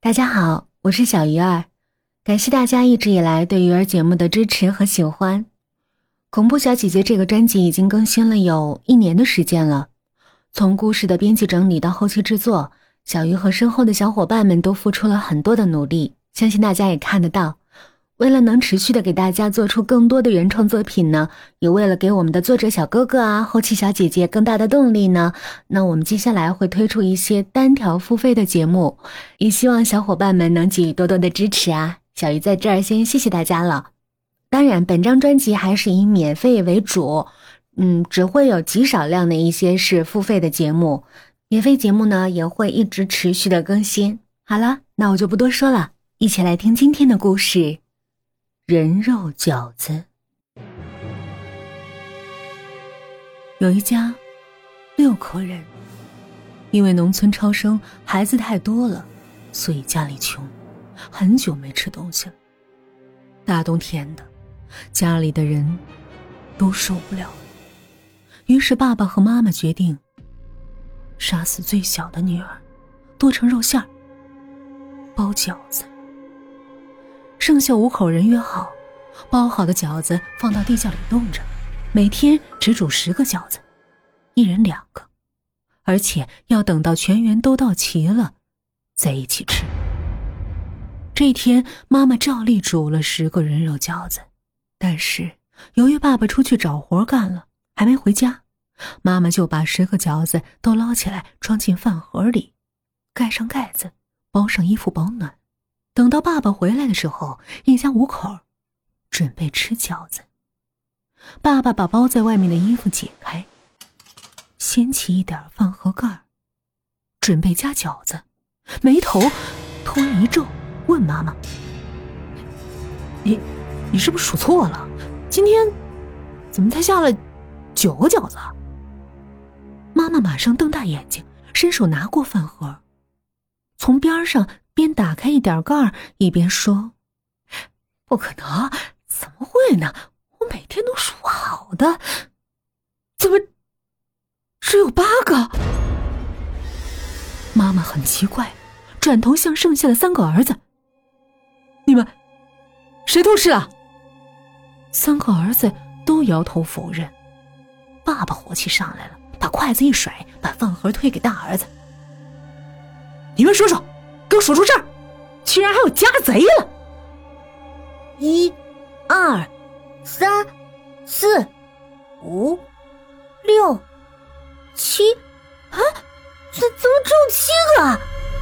大家好，我是小鱼儿，感谢大家一直以来对鱼儿节目的支持和喜欢。恐怖小姐姐这个专辑已经更新了有1年的时间了，从故事的编辑整理到后期制作，小鱼和身后的小伙伴们都付出了很多的努力，相信大家也看得到。为了能持续的给大家做出更多的原创作品呢，也为了给我们的作者小哥哥啊、后期小姐姐更大的动力呢，那我们接下来会推出一些单条付费的节目，也希望小伙伴们能给予多多的支持啊。小鱼在这儿先谢谢大家了。当然本张专辑还是以免费为主，只会有极少量的一些是付费的节目，免费节目呢也会一直持续的更新。好了，那我就不多说了，一起来听今天的故事。人肉饺子。有一家6口人，因为农村超生，孩子太多了，所以家里穷，很久没吃东西了。大冬天的，家里的人都受不了了，于是爸爸和妈妈决定杀死最小的女儿，剁成肉馅儿，包饺子。剩下5口人约好，包好的饺子放到地窖里冻着，每天只煮10个饺子，一人2个，而且要等到全员都到齐了再一起吃。这天妈妈照例煮了10个人肉饺子，但是由于爸爸出去找活干了，还没回家，妈妈就把10个饺子都捞起来装进饭盒里，盖上盖子，包上衣服保暖。等到爸爸回来的时候，一家5口准备吃饺子。爸爸把包在外面的衣服解开，掀起一点饭盒盖，准备夹饺子，眉头突然一皱，问妈妈：你是不是数错了？今天怎么才下了9个饺子啊？妈妈马上瞪大眼睛，伸手拿过饭盒，从边上边打开一点盖一边说：不可能，怎么会呢？我每天都数好的，怎么只有8个？妈妈很奇怪，转头向剩下的3个儿子：你们谁偷吃了？3个儿子都摇头否认。爸爸火气上来了，把筷子一甩，把饭盒推给大儿子：你们数数，给我数出声，居然还有夹贼了！1、2、3、4、5、6、7，啊，怎么只有7个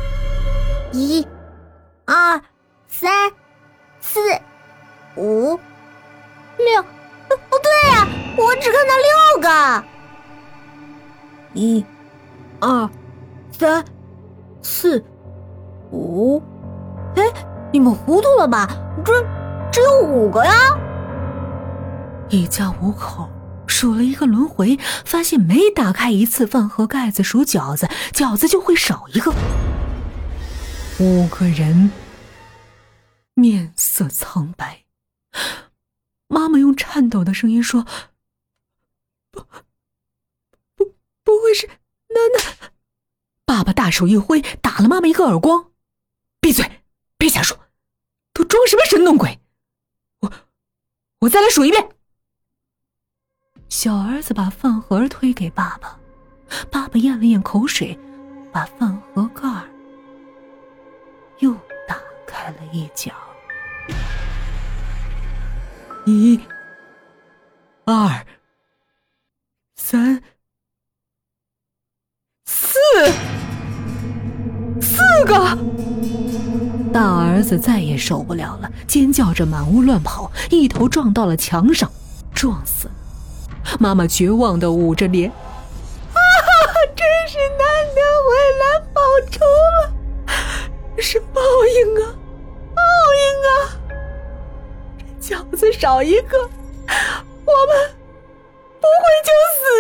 ？1、2、3、4、5、6，不对呀，我只看到6个。1、2、3、4、5，哎，你们糊涂了吧？这只有5个呀！一家5口数了一个轮回，发现每打开一次饭盒盖子数饺子，饺子就会少一个。5个人面色苍白。妈妈用颤抖的声音说：不会是娜。爸爸大手一挥，打了妈妈一个耳光：闭嘴，别瞎说，都装什么神弄鬼？我再来数一遍。小儿子把饭盒推给爸爸，爸爸咽了咽口水，把饭盒盖又打开了一角。1、2、3、4个！大儿子再也受不了了，尖叫着满屋乱跑，一头撞到了墙上，撞死了。妈妈绝望地捂着脸：真是难得回来报仇了，是报应啊，报应啊！这饺子少一个，我们不会就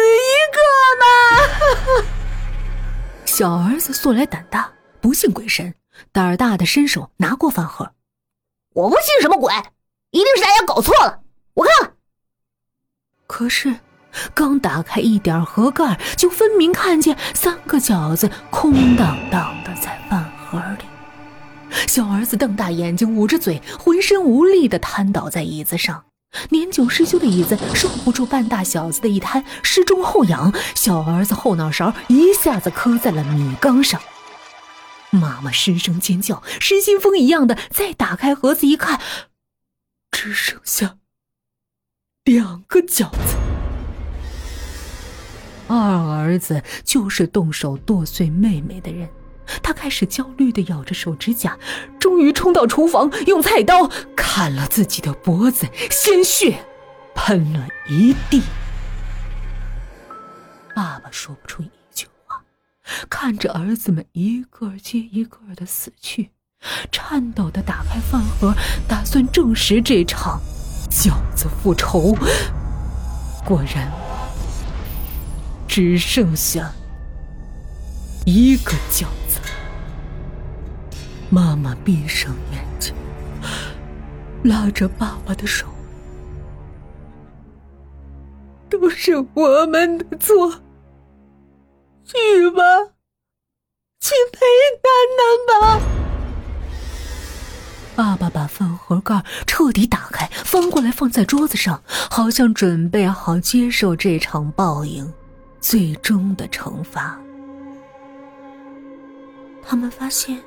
死一个吗？小儿子素来胆大，不信鬼神，胆儿大的伸手拿过饭盒：我不信什么鬼，一定是大家搞错了，我看看。可是刚打开一点盒盖，就分明看见3个饺子空荡荡的在饭盒里。 小儿子瞪大眼睛，捂着嘴，浑身无力地瘫倒在椅子上。年久失修的椅子受不住半大小子的一瘫，失中后仰，小儿子后脑勺一下子磕在了米缸上。妈妈失声尖叫，失心疯一样的再打开盒子一看，只剩下2个饺子。二儿子就是动手剁碎妹妹的人，他开始焦虑地咬着手指甲，终于冲到厨房，用菜刀砍了自己的脖子，鲜血喷了一地。爸爸说不出一句话，看着儿子们一个接一个的死去，颤抖地打开饭盒，打算证实这场饺子复仇。果然只剩下1个饺子。妈妈闭上眼睛，拉着爸爸的手，都是我们的错，去吧，去陪楠楠吧。爸爸把饭盒盖彻底打开，翻过来放在桌子上，好像准备好接受这场报应最终的惩罚。他们发现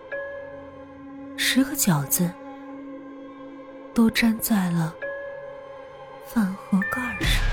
10个饺子都粘在了饭盒盖上。